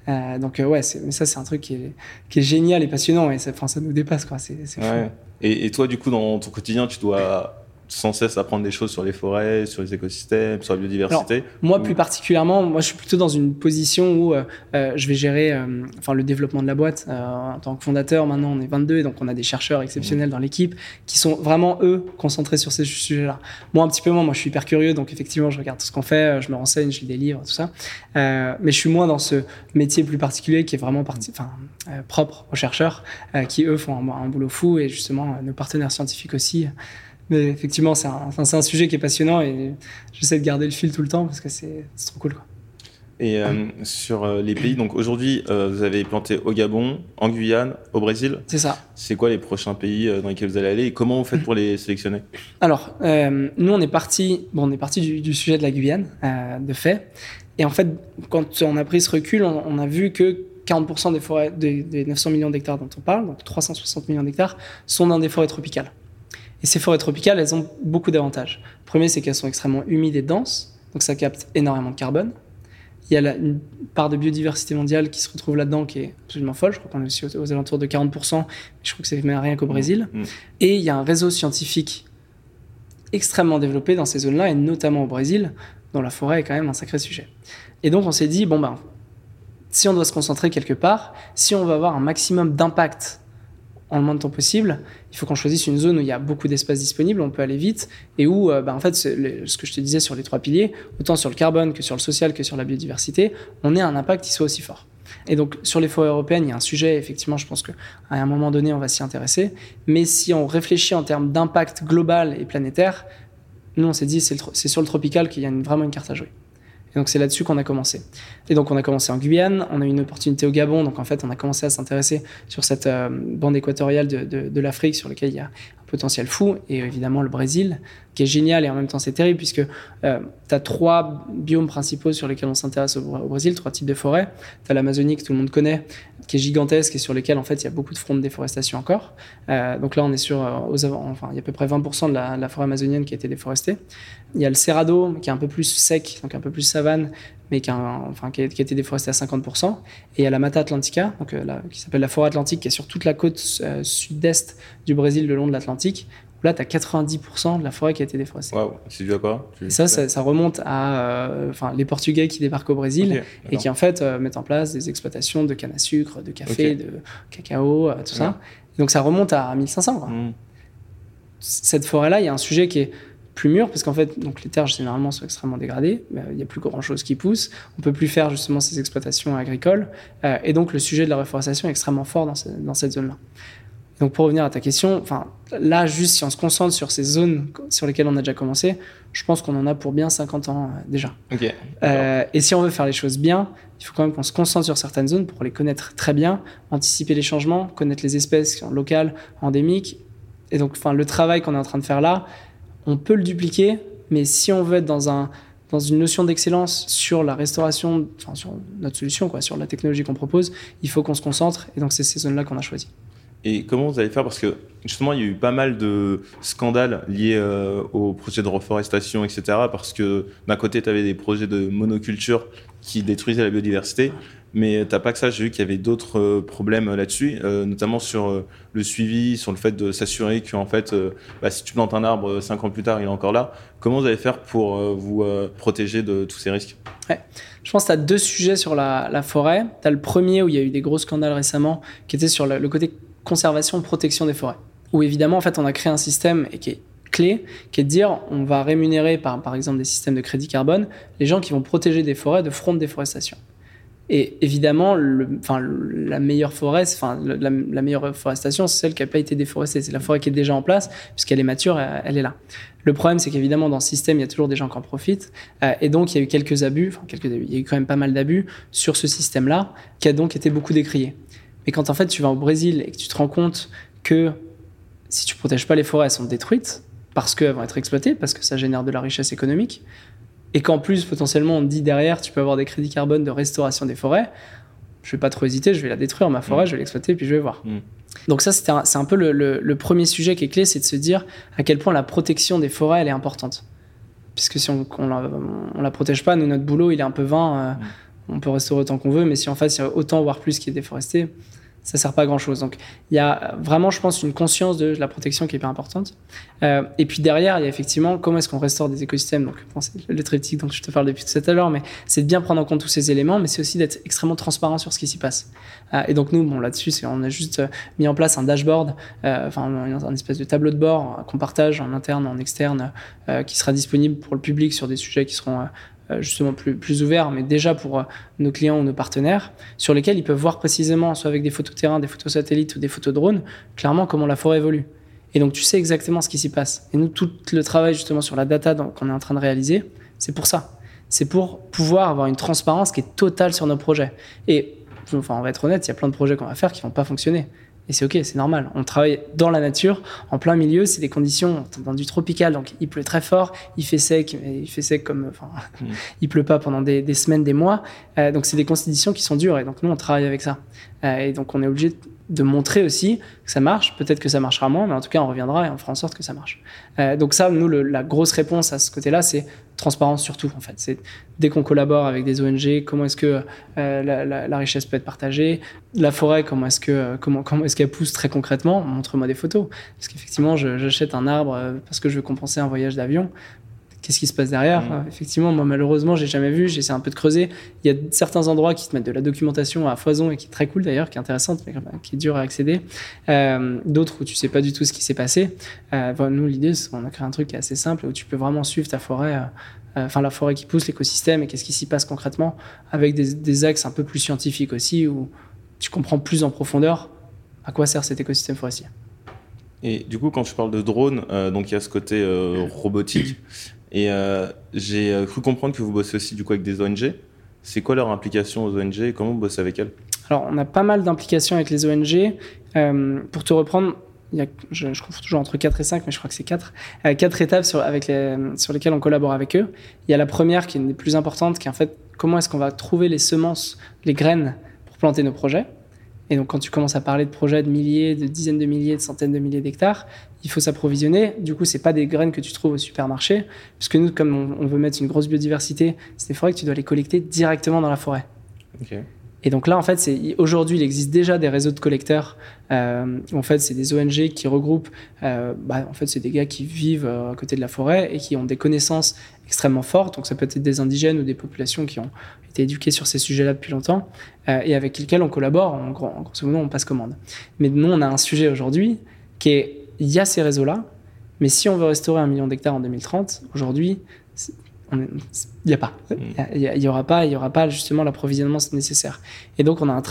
Mais ça c'est un truc qui est génial et passionnant, et ça nous dépasse quoi. C'est fou. Et toi du coup dans ton quotidien tu dois sans cesse apprendre des choses sur les forêts, sur les écosystèmes, sur la biodiversité? Alors, moi, plus particulièrement, je suis plutôt dans une position où je vais gérer le développement de la boîte. En tant que fondateur, maintenant, on est 22, et donc on a des chercheurs exceptionnels dans l'équipe qui sont vraiment, eux, concentrés sur ces sujets-là. Moi, un petit peu moins, je suis hyper curieux, donc effectivement, je regarde tout ce qu'on fait, je me renseigne, je lis des livres, tout ça. Mais je suis moins dans ce métier plus particulier qui est vraiment propre aux chercheurs, qui, eux, font un boulot fou, et justement, nos partenaires scientifiques aussi. Mais effectivement, c'est un sujet qui est passionnant, et j'essaie de garder le fil tout le temps parce que c'est trop cool, quoi. Et sur les pays, donc aujourd'hui, vous avez planté au Gabon, en Guyane, au Brésil. C'est ça. C'est quoi les prochains pays dans lesquels vous allez aller, et comment vous faites pour les sélectionner? Alors, nous, on est parti du sujet de la Guyane, de fait. Et en fait, quand on a pris ce recul, on a vu que 40% des forêts, des 900 millions d'hectares dont on parle, donc 360 millions d'hectares, sont dans des forêts tropicales. Et ces forêts tropicales, elles ont beaucoup d'avantages. Le premier, c'est qu'elles sont extrêmement humides et denses, donc ça capte énormément de carbone. Il y a une part de biodiversité mondiale qui se retrouve là-dedans qui est absolument folle. Je crois qu'on est aussi aux alentours de 40%, je crois que c'est même rien qu'au Brésil. Et il y a un réseau scientifique extrêmement développé dans ces zones-là, et notamment au Brésil, dont la forêt est quand même un sacré sujet. Et donc on s'est dit, si on doit se concentrer quelque part, si on veut avoir un maximum d'impact en le moins de temps possible, il faut qu'on choisisse une zone où il y a beaucoup d'espace disponible, on peut aller vite, et où, en fait, ce que je te disais sur les 3 piliers, autant sur le carbone que sur le social que sur la biodiversité, on ait un impact qui soit aussi fort. Et donc, sur les forêts européennes, il y a un sujet, effectivement, je pense qu'à un moment donné, on va s'y intéresser, mais si on réfléchit en termes d'impact global et planétaire, nous, on s'est dit, c'est sur le tropical qu'il y a vraiment une carte à jouer. Et donc, c'est là-dessus qu'on a commencé. Et donc, on a commencé en Guyane, on a eu une opportunité au Gabon. Donc, en fait, on a commencé à s'intéresser sur cette bande équatoriale de l'Afrique sur laquelle il y a un potentiel fou. Et évidemment, le Brésil, qui est génial, et en même temps, c'est terrible, puisque tu as 3 biomes principaux sur lesquels on s'intéresse au Brésil, 3 types de forêts. Tu as l'Amazonie, que tout le monde connaît, qui est gigantesque et sur lesquels, en fait, il y a beaucoup de fronts de déforestation encore. Donc là, on est il y a à peu près 20% de la forêt amazonienne qui a été déforestée. Il y a le Cerrado, qui est un peu plus sec, donc un peu plus savane, mais qui a été déforestée à 50%. Et il y a la Mata Atlantica, qui s'appelle la forêt atlantique, qui est sur toute la côte sud-est du Brésil, le long de l'Atlantique. Là, tu as 90% de la forêt qui a été déforestée. Waouh, c'est dû à quoi? Ça remonte à les Portugais qui débarquent au Brésil, et qui en fait mettent en place des exploitations de canne à sucre, de café, de cacao, tout ça. Et donc ça remonte à 1500. Quoi. Cette forêt-là, il y a un sujet qui est plus mûr, parce qu'en fait, donc les terres généralement sont extrêmement dégradées, il n'y a plus grand-chose qui pousse, on ne peut plus faire justement ces exploitations agricoles, et donc le sujet de la reforestation est extrêmement fort dans cette zone-là. Donc pour revenir à ta question, là juste si on se concentre sur ces zones sur lesquelles on a déjà commencé, je pense qu'on en a pour bien 50 ans déjà. Et si on veut faire les choses bien, il faut quand même qu'on se concentre sur certaines zones pour les connaître très bien, anticiper les changements, connaître les espèces qui sont locales, endémiques. Et donc le travail qu'on est en train de faire là, on peut le dupliquer, mais si on veut être dans une notion d'excellence sur la restauration, sur notre solution, sur la technologie qu'on propose, il faut qu'on se concentre, et donc c'est ces zones-là qu'on a choisies. Et comment vous allez faire? Parce que justement, il y a eu pas mal de scandales liés aux projets de reforestation, etc. Parce que d'un côté, tu avais des projets de monoculture qui détruisaient la biodiversité. Mais t'as pas que ça, j'ai vu qu'il y avait d'autres problèmes là-dessus, notamment sur le suivi, sur le fait de s'assurer qu'en fait, si tu plantes un arbre 5 ans plus tard, il est encore là. Comment vous allez faire pour vous protéger de tous ces risques? Ouais. Je pense que tu as deux sujets sur la forêt. Tu as le premier où il y a eu des gros scandales récemment qui était sur le côté conservation et protection des forêts. Où évidemment, en fait, on a créé un système et qui est clé, qui est de dire on va rémunérer par exemple des systèmes de crédit carbone les gens qui vont protéger des forêts de fraude de déforestation. Et évidemment, la meilleure forêt, la meilleure forestation, c'est celle qui n'a pas été déforestée. C'est la forêt qui est déjà en place, puisqu'elle est mature, elle est là. Le problème, c'est qu'évidemment, dans ce système, il y a toujours des gens qui en profitent. Et donc, il y a eu quelques abus, il y a eu quand même pas mal d'abus sur ce système-là, qui a donc été beaucoup décrié. Mais quand en fait, tu vas au Brésil et que tu te rends compte que si tu ne protèges pas les forêts, elles sont détruites, parce qu'elles vont être exploitées, parce que ça génère de la richesse économique, et qu'en plus, potentiellement, on te dit derrière, tu peux avoir des crédits carbone de restauration des forêts, je ne vais pas trop hésiter, je vais la détruire, ma forêt, je vais l'exploiter, puis je vais voir. Donc ça, c'est un peu le premier sujet qui est clé, c'est de se dire à quel point la protection des forêts, elle est importante. Puisque si on la protège pas, nous, notre boulot, il est un peu vain, on peut restaurer autant qu'on veut, mais si en face, il y a autant, voire plus, qui est déforesté, ça ne sert pas à grand-chose. Donc, il y a vraiment, je pense, une conscience de la protection qui est hyper importante. Et puis derrière, il y a effectivement comment est-ce qu'on restaure des écosystèmes. Donc, c'est le triptyque dont je te parle depuis tout à l'heure, mais c'est de bien prendre en compte tous ces éléments, mais c'est aussi d'être extrêmement transparent sur ce qui s'y passe. Et donc, nous, là-dessus, on a juste mis en place un dashboard, un espèce de tableau de bord qu'on partage en interne, en externe, qui sera disponible pour le public sur des sujets qui seront justement plus ouverts, mais déjà pour nos clients ou nos partenaires, sur lesquels ils peuvent voir précisément, soit avec des photos terrain, des photos satellites ou des photos drones, clairement comment la forêt évolue. Et donc tu sais exactement ce qui s'y passe. Et nous, tout le travail justement sur la data qu'on est en train de réaliser, c'est pour ça. C'est pour pouvoir avoir une transparence qui est totale sur nos projets. Et on va être honnête, il y a plein de projets qu'on va faire qui ne vont pas fonctionner. Et c'est ok, c'est normal. On travaille dans la nature, en plein milieu, c'est des conditions dans du tropical, donc il pleut très fort, il fait sec comme, il pleut pas pendant des semaines, des mois. Donc c'est des conditions qui sont dures et donc nous on travaille avec ça. Et donc on est obligé de montrer aussi que ça marche. Peut-être que ça marchera moins, mais en tout cas on reviendra et on fera en sorte que ça marche. Donc ça, nous, la grosse réponse à ce côté-là, c'est transparence surtout. En fait, c'est dès qu'on collabore avec des ONG, comment est-ce que la richesse peut être partagée, la forêt, comment est-ce qu'elle pousse très concrètement. Montre-moi des photos, parce qu'effectivement, j'achète un arbre parce que je veux compenser un voyage d'avion. Qu'est-ce qui se passe derrière? Effectivement, moi, malheureusement, j'ai jamais vu. J'essaie un peu de creuser. Il y a certains endroits qui te mettent de la documentation à foison et qui est très cool d'ailleurs, qui est intéressante, mais qui est dur à accéder. D'autres où tu sais pas du tout ce qui s'est passé. Nous, l'idée, c'est qu'on a créé un truc qui est assez simple où tu peux vraiment suivre ta forêt, la forêt qui pousse, l'écosystème et qu'est-ce qui s'y passe concrètement, avec des axes un peu plus scientifiques aussi où tu comprends plus en profondeur à quoi sert cet écosystème forestier. Et du coup, quand tu parles de drone, donc il y a ce côté robotique. Et j'ai cru comprendre que vous bossez aussi du coup avec des ONG. C'est quoi leur implication aux ONG et comment vous bossez avec elles? Alors, on a pas mal d'implications avec les ONG. Pour te reprendre, je confonds toujours entre 4 et 5, mais je crois que c'est 4. 4 étapes sur lesquelles on collabore avec eux. Il y a la première qui est une des plus importantes, qui est en fait comment est-ce qu'on va trouver les semences, les graines pour planter nos projets. Et donc, quand tu commences à parler de projets de milliers, de dizaines de milliers, de centaines de milliers d'hectares, il faut s'approvisionner. Du coup, c'est pas des graines que tu trouves au supermarché, puisque nous, comme on veut mettre une grosse biodiversité, c'est des forêts que tu dois les collecter directement dans la forêt. Okay. Et donc là, en fait, aujourd'hui, il existe déjà des réseaux de collecteurs. En fait, c'est des ONG qui regroupent. En fait, c'est des gars qui vivent à côté de la forêt et qui ont des connaissances extrêmement fortes. Donc, ça peut être des indigènes ou des populations qui ont été éduquées sur ces sujets-là depuis longtemps et avec lesquels on collabore. En grosso modo, on passe commande. Mais nous, on a un sujet aujourd'hui qui est il y a ces réseaux-là, mais si on veut restaurer 1 million d'hectares en 2030, aujourd'hui, il n'y a pas. Il y aura pas justement l'approvisionnement nécessaire. Et donc, on a un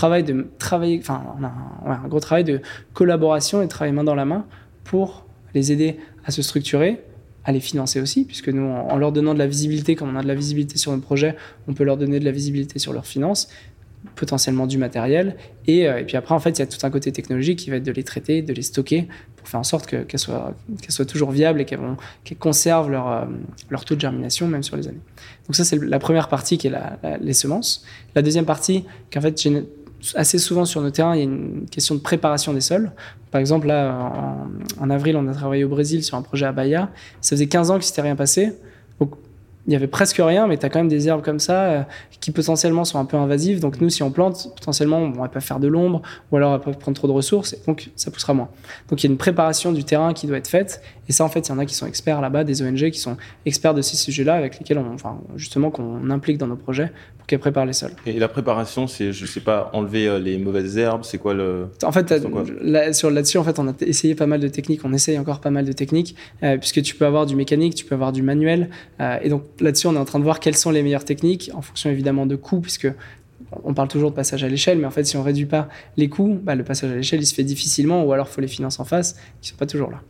gros travail de collaboration et de travail main dans la main pour les aider à se structurer, à les financer aussi, puisque nous, en leur donnant de la visibilité, comme on a de la visibilité sur notre projet, on peut leur donner de la visibilité sur leurs finances, potentiellement du matériel. Et puis après, en fait, il y a tout un côté technologique qui va être de les traiter, de les stocker, pour faire en sorte qu'elles soient toujours viables et qu'elles conservent leur taux de germination, même sur les années. Donc ça, c'est la première partie qui est les semences. La deuxième partie, qu'en fait, assez souvent sur nos terrains, il y a une question de préparation des sols. Par exemple, là, en avril, on a travaillé au Brésil sur un projet à Bahia. Ça faisait 15 ans qu'il ne s'était rien passé. Donc, il y avait presque rien, mais tu as quand même des herbes comme ça qui potentiellement sont un peu invasives. Donc nous, si on plante, potentiellement, elles peuvent faire de l'ombre ou alors elles peuvent prendre trop de ressources, et donc ça poussera moins. Donc il y a une préparation du terrain qui doit être faite. Et ça, en fait, il y en a qui sont experts là-bas, des ONG qui sont experts de ces sujets-là, avec lesquels qu'on implique dans nos projets pour qu'elles préparent les sols. Et la préparation, c'est, je sais pas, enlever les mauvaises herbes, c'est quoi le... En fait, là-dessus, en fait, on a essayé pas mal de techniques, on essaye encore pas mal de techniques, puisque tu peux avoir du mécanique, tu peux avoir du manuel, et donc là-dessus, on est en train de voir quelles sont les meilleures techniques, en fonction évidemment de coûts, puisque on parle toujours de passage à l'échelle, mais en fait, si on réduit pas les coûts, le passage à l'échelle, il se fait difficilement, ou alors il faut les finances en face, qui sont pas toujours là.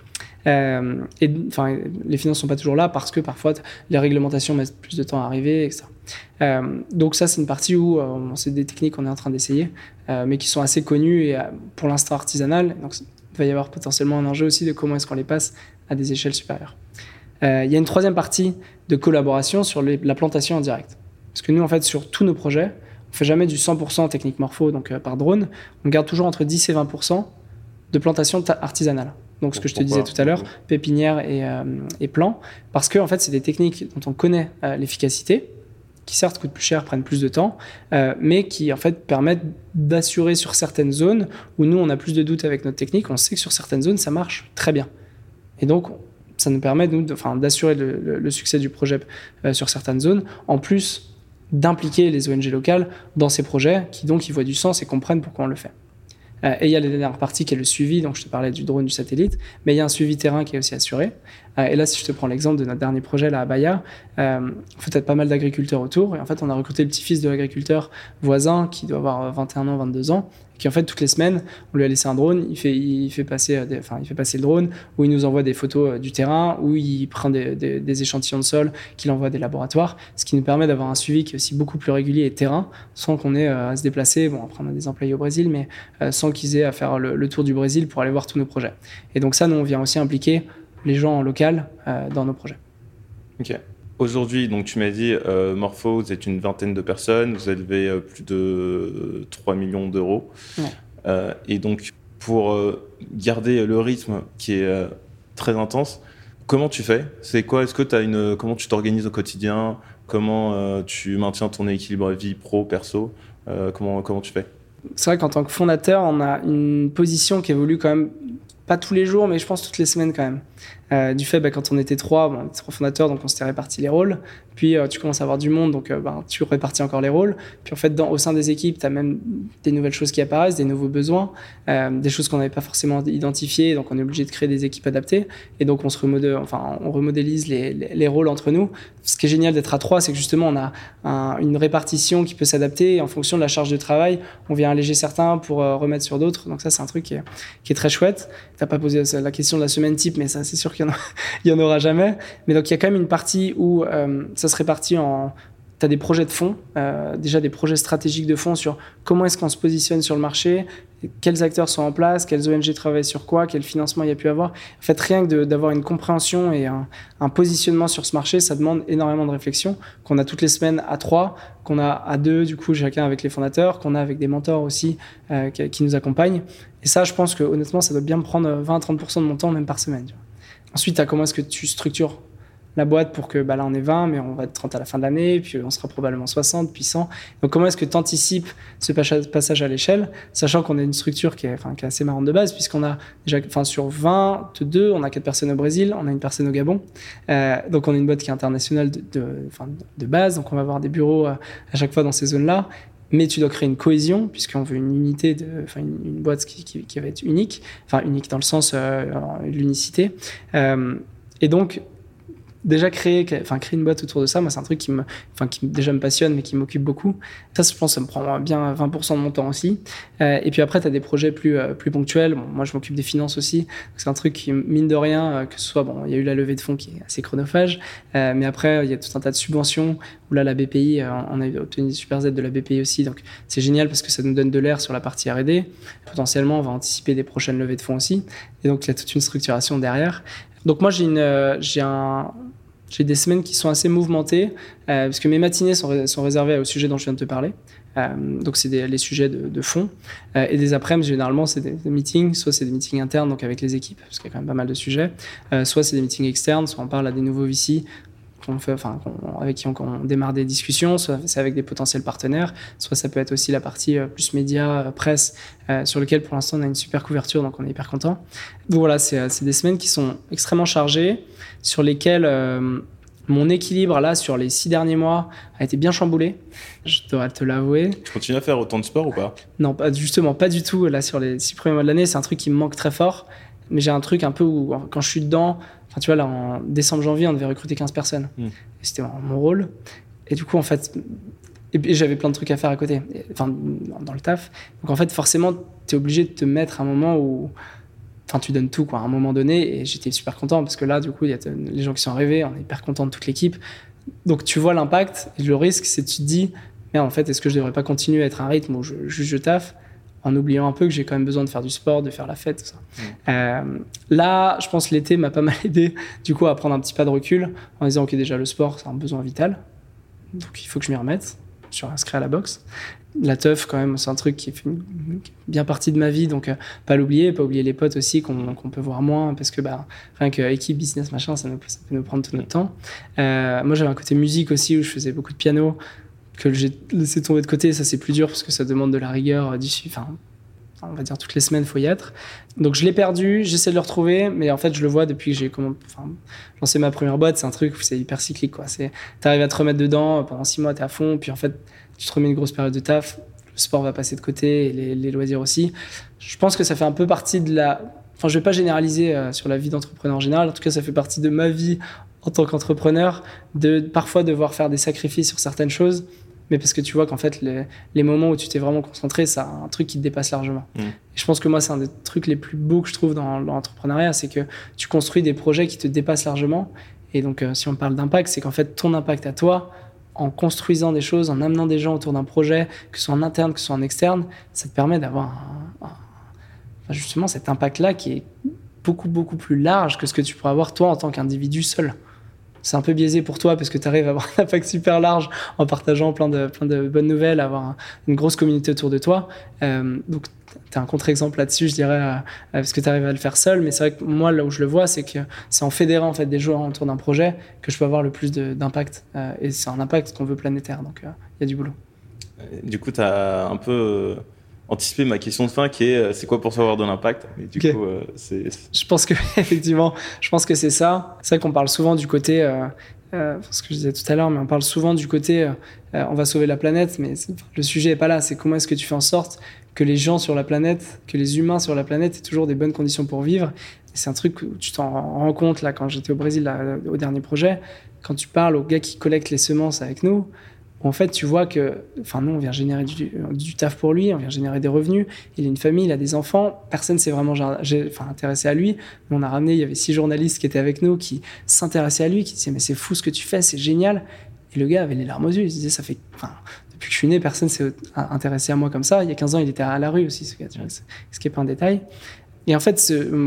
Les finances sont pas toujours là parce que parfois les réglementations mettent plus de temps à arriver, etc. Donc ça, c'est une partie où c'est des techniques qu'on est en train d'essayer, mais qui sont assez connues et pour l'instant artisanales. Donc il va y avoir potentiellement un enjeu aussi de comment est-ce qu'on les passe à des échelles supérieures. Il y a une troisième partie de collaboration sur la plantation en direct. Parce que nous, en fait, sur tous nos projets, on fait jamais du 100% technique morpho, donc par drone. On garde toujours entre 10 et 20% de plantation artisanale. Donc, ce que je te disais tout à l'heure, pépinière et plan, parce que en fait, c'est des techniques dont on connaît l'efficacité, qui certes coûtent plus cher, prennent plus de temps, mais qui en fait permettent d'assurer sur certaines zones où nous, on a plus de doutes avec notre technique, on sait que sur certaines zones, ça marche très bien. Et donc, ça nous permet d'assurer le succès du projet sur certaines zones, en plus d'impliquer les ONG locales dans ces projets qui donc y voient du sens et comprennent pourquoi on le fait. Et il y a la dernière partie qui est le suivi, donc je te parlais du drone, du satellite, mais il y a un suivi terrain qui est aussi assuré. Et là, si je te prends l'exemple de notre dernier projet là à Bahia, peut-être pas mal d'agriculteurs autour, et en fait on a recruté le petit-fils de l'agriculteur voisin qui doit avoir 21 ans, 22 ans, qui en fait toutes les semaines, on lui a laissé un drone, il fait passer le drone, où il nous envoie des photos du terrain, où il prend des échantillons de sol qu'il envoie à des laboratoires, ce qui nous permet d'avoir un suivi qui est aussi beaucoup plus régulier et terrain, sans qu'on ait à se déplacer. Bon, après on a des employés au Brésil, mais sans qu'ils aient à faire le tour du Brésil pour aller voir tous nos projets. Et donc ça, nous on vient aussi impliquer les gens en local dans nos projets. Ok. Aujourd'hui, donc tu m'as dit, Morpho, vous êtes une vingtaine de personnes, vous élevez plus de 3 millions d'euros. Ouais. Et donc, pour garder le rythme qui est très intense, comment tu fais ? C'est quoi ? Est-ce que comment tu t'organises au quotidien ? Comment tu maintiens ton équilibre vie pro, perso ? Comment tu fais ? C'est vrai qu'en tant que fondateur, on a une position qui évolue quand même, pas tous les jours, mais je pense toutes les semaines quand même. Du fait, quand on était trois fondateurs, donc on s'était réparti les rôles. Puis tu commences à avoir du monde, donc tu répartis encore les rôles. Puis en fait, au sein des équipes, tu as même des nouvelles choses qui apparaissent, des nouveaux besoins, des choses qu'on n'avait pas forcément identifiées, donc on est obligé de créer des équipes adaptées. Et donc on remodélise les rôles entre nous. Ce qui est génial d'être à trois, c'est que justement, on a une répartition qui peut s'adapter. Et en fonction de la charge de travail, on vient alléger certains pour remettre sur d'autres. Donc ça, c'est un truc qui est très chouette. Tu n'as pas posé la question de la semaine type, mais ça, c'est sûr qu'il n'y en aura jamais. Mais donc, il y a quand même une partie où ça se répartit en... Tu as des projets de fond, déjà des projets stratégiques de fond sur comment est-ce qu'on se positionne sur le marché, quels acteurs sont en place, quelles ONG travaillent sur quoi, quel financement il y a pu avoir. En fait, rien que d'avoir une compréhension et un positionnement sur ce marché, ça demande énormément de réflexion qu'on a toutes les semaines à 3, qu'on a à 2, du coup, chacun avec les fondateurs, qu'on a avec des mentors aussi qui nous accompagnent. Et ça, je pense que honnêtement, ça doit bien me prendre 20-30% de mon temps, même par semaine. Tu vois. Ensuite, comment est-ce que tu structures la boîte pour que là on est 20, mais on va être 30 à la fin de l'année, puis on sera probablement 60, puis 100. Donc comment est-ce que tu anticipes ce passage à l'échelle, sachant qu'on a une structure qui est assez marrante de base, puisqu'on a déjà, sur 22, on a 4 personnes au Brésil, on a une personne au Gabon. Donc on est une boîte qui est internationale de base, donc on va avoir des bureaux à chaque fois dans ces zones-là. Mais tu dois créer une cohésion, puisqu'on veut une unité, une boîte qui va être unique, unique dans le sens de l'unicité. Et donc, déjà créer une boîte autour de ça, moi c'est un truc qui déjà me passionne mais qui m'occupe beaucoup. Ça, je pense, ça me prend bien 20% de mon temps aussi. Et puis après, tu as des projets plus ponctuels. Bon, moi, je m'occupe des finances aussi. C'est un truc qui, mine de rien, que ce soit, il y a eu la levée de fonds qui est assez chronophage, mais après, il y a tout un tas de subventions où là, la BPI, on a obtenu des super aides de la BPI aussi. Donc, c'est génial parce que ça nous donne de l'air sur la partie R&D. Potentiellement, on va anticiper des prochaines levées de fonds aussi. Et donc, il y a toute une structuration derrière. Donc moi, j'ai des semaines qui sont assez mouvementées parce que mes matinées sont réservées au sujet dont je viens de te parler. Donc c'est les sujets de fond. Et des après-midi, généralement, c'est des meetings. Soit c'est des meetings internes, donc avec les équipes, parce qu'il y a quand même pas mal de sujets. Soit c'est des meetings externes, soit on parle à des nouveaux VC avec qui on démarre des discussions, soit c'est avec des potentiels partenaires, soit ça peut être aussi la partie plus médias, presse, sur lequel pour l'instant on a une super couverture, donc on est hyper content. Donc voilà, c'est des semaines qui sont extrêmement chargées, sur lesquelles mon équilibre là sur les 6 derniers mois a été bien chamboulé, je dois te l'avouer. Tu continues à faire autant de sport ou pas ? Non, justement pas du tout. Là sur les 6 premiers mois de l'année, c'est un truc qui me manque très fort, mais j'ai un truc un peu où quand je suis dedans, enfin tu vois là en décembre-janvier on devait recruter 15 personnes, et c'était mon rôle, et du coup en fait et j'avais plein de trucs à faire à côté, dans le taf, donc en fait forcément t'es obligé de te mettre à un moment où tu donnes tout quoi, à un moment donné, et j'étais super content parce que là du coup il y a les gens qui sont arrivés, on est hyper content de toute l'équipe, donc tu vois l'impact, et le risque c'est que tu te dis merde en fait est-ce que je devrais pas continuer à être à un rythme où je taffe en oubliant un peu que j'ai quand même besoin de faire du sport, de faire la fête, tout ça. Là, je pense que l'été m'a pas mal aidé, du coup, à prendre un petit pas de recul, en disant, ok, déjà, le sport, c'est un besoin vital, donc il faut que je m'y remette. Je suis inscrit à la boxe. La teuf, quand même, c'est un truc qui fait bien partie de ma vie, donc pas oublier les potes aussi, qu'on peut voir moins, parce que rien que équipe, business, machin, ça peut nous prendre tout notre temps. Moi, j'avais un côté musique aussi, où je faisais beaucoup de piano, que j'ai laissé tomber de côté. Ça c'est plus dur parce que ça demande de la rigueur on va dire toutes les semaines faut y être, donc je l'ai perdu, j'essaie de le retrouver, mais en fait je le vois depuis que j'ai lancé ma première boîte, c'est un truc où c'est hyper cyclique quoi. T'arrives à te remettre dedans, pendant 6 mois t'es à fond, puis en fait tu te remets une grosse période de taf, le sport va passer de côté, et les loisirs aussi. Je pense que ça fait un peu partie de je vais pas généraliser sur la vie d'entrepreneur en général, en tout cas ça fait partie de ma vie en tant qu'entrepreneur, de parfois devoir faire des sacrifices sur certaines choses, mais parce que tu vois qu'en fait, les moments où tu t'es vraiment concentré, c'est un truc qui te dépasse largement. Et je pense que moi, c'est un des trucs les plus beaux que je trouve dans l'entrepreneuriat, c'est que tu construis des projets qui te dépassent largement. Et donc, si on parle d'impact, c'est qu'en fait, ton impact à toi, en construisant des choses, en amenant des gens autour d'un projet, que ce soit en interne, que ce soit en externe, ça te permet d'avoir justement cet impact-là qui est beaucoup, beaucoup plus large que ce que tu pourrais avoir toi en tant qu'individu seul. C'est un peu biaisé pour toi parce que tu arrives à avoir un impact super large en partageant plein de bonnes nouvelles, avoir une grosse communauté autour de toi. Donc, tu as un contre-exemple là-dessus, je dirais, parce que tu arrives à le faire seul. Mais c'est vrai que moi, là où je le vois, c'est que c'est en fédérant en fait, des joueurs autour d'un projet que je peux avoir le plus d'impact. Et c'est un impact qu'on veut planétaire. Donc, il y a du boulot. Du coup, tu as un peu anticiper ma question de fin qui est c'est quoi pour toi avoir de l'impact, mais du coup je pense que effectivement c'est ça. C'est vrai qu'on parle souvent du côté ce que je disais tout à l'heure, mais on parle souvent du côté on va sauver la planète, mais le sujet est pas là. C'est comment est-ce que tu fais en sorte que les gens sur la planète, que les humains sur la planète aient toujours des bonnes conditions pour vivre. Et c'est un truc où tu t'en rends compte là quand j'étais au Brésil là, au dernier projet, quand tu parles aux gars qui collectent les semences avec nous. En fait, tu vois que, nous, on vient générer du taf pour lui, on vient générer des revenus. Il a une famille, il a des enfants. Personne s'est vraiment intéressé à lui. Mais on a ramené, il y avait 6 journalistes qui étaient avec nous, qui s'intéressaient à lui, qui disaient mais c'est fou ce que tu fais, c'est génial. Et le gars avait les larmes aux yeux. Il se disait depuis que je suis né, personne s'est intéressé à moi comme ça. Il y a 15 ans, il était à la rue aussi, ce gars. Tu vois, ce qui est pas un détail. Et en fait,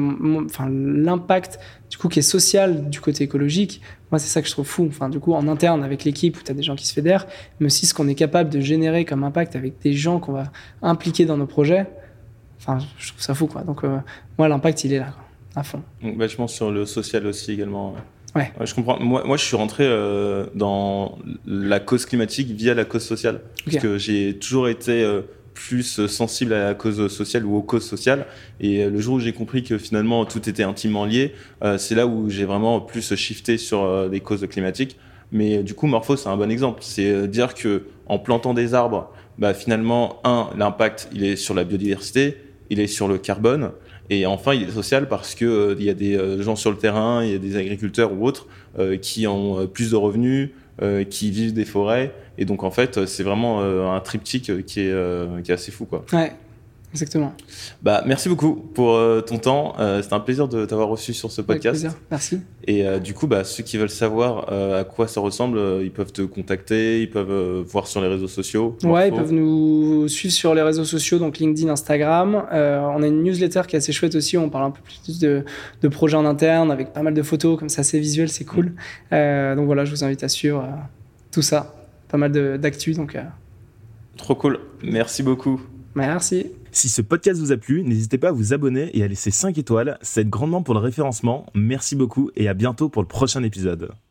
l'impact du coup qui est social du côté écologique, moi c'est ça que je trouve fou. Du coup en interne avec l'équipe où tu as des gens qui se fédèrent, mais aussi ce qu'on est capable de générer comme impact avec des gens qu'on va impliquer dans nos projets. Je trouve ça fou quoi. Donc moi l'impact il est là quoi, à fond. Donc, vachement sur le social aussi également. Ouais. Je comprends. Moi je suis rentré dans la cause climatique via la cause sociale, parce que j'ai toujours été plus sensible à la cause sociale ou aux causes sociales, et le jour où j'ai compris que finalement tout était intimement lié, c'est là où j'ai vraiment plus shifté sur les causes climatiques. Mais du coup Morpho c'est un bon exemple, c'est dire que en plantant des arbres, finalement l'impact il est sur la biodiversité, il est sur le carbone, et enfin il est social parce que il y a des gens sur le terrain, il y a des agriculteurs ou autres qui ont plus de revenus, qui vivent des forêts, et donc en fait c'est vraiment un triptyque qui est assez fou quoi. Ouais, exactement. Merci beaucoup pour ton temps, c'était un plaisir de t'avoir reçu sur ce podcast. Avec plaisir, merci. Et du coup ceux qui veulent savoir à quoi ça ressemble, ils peuvent te contacter, ils peuvent voir sur les réseaux sociaux. Ouais, ils peuvent nous suivre sur les réseaux sociaux, donc LinkedIn, Instagram. On a une newsletter qui est assez chouette aussi, où on parle un peu plus de projets en interne, avec pas mal de photos, comme ça c'est visuel, c'est cool. Donc voilà, je vous invite à suivre tout ça, pas mal d'actu. Donc, Trop cool, merci beaucoup. Merci. Si ce podcast vous a plu, n'hésitez pas à vous abonner et à laisser 5 étoiles, ça aide grandement pour le référencement. Merci beaucoup et à bientôt pour le prochain épisode.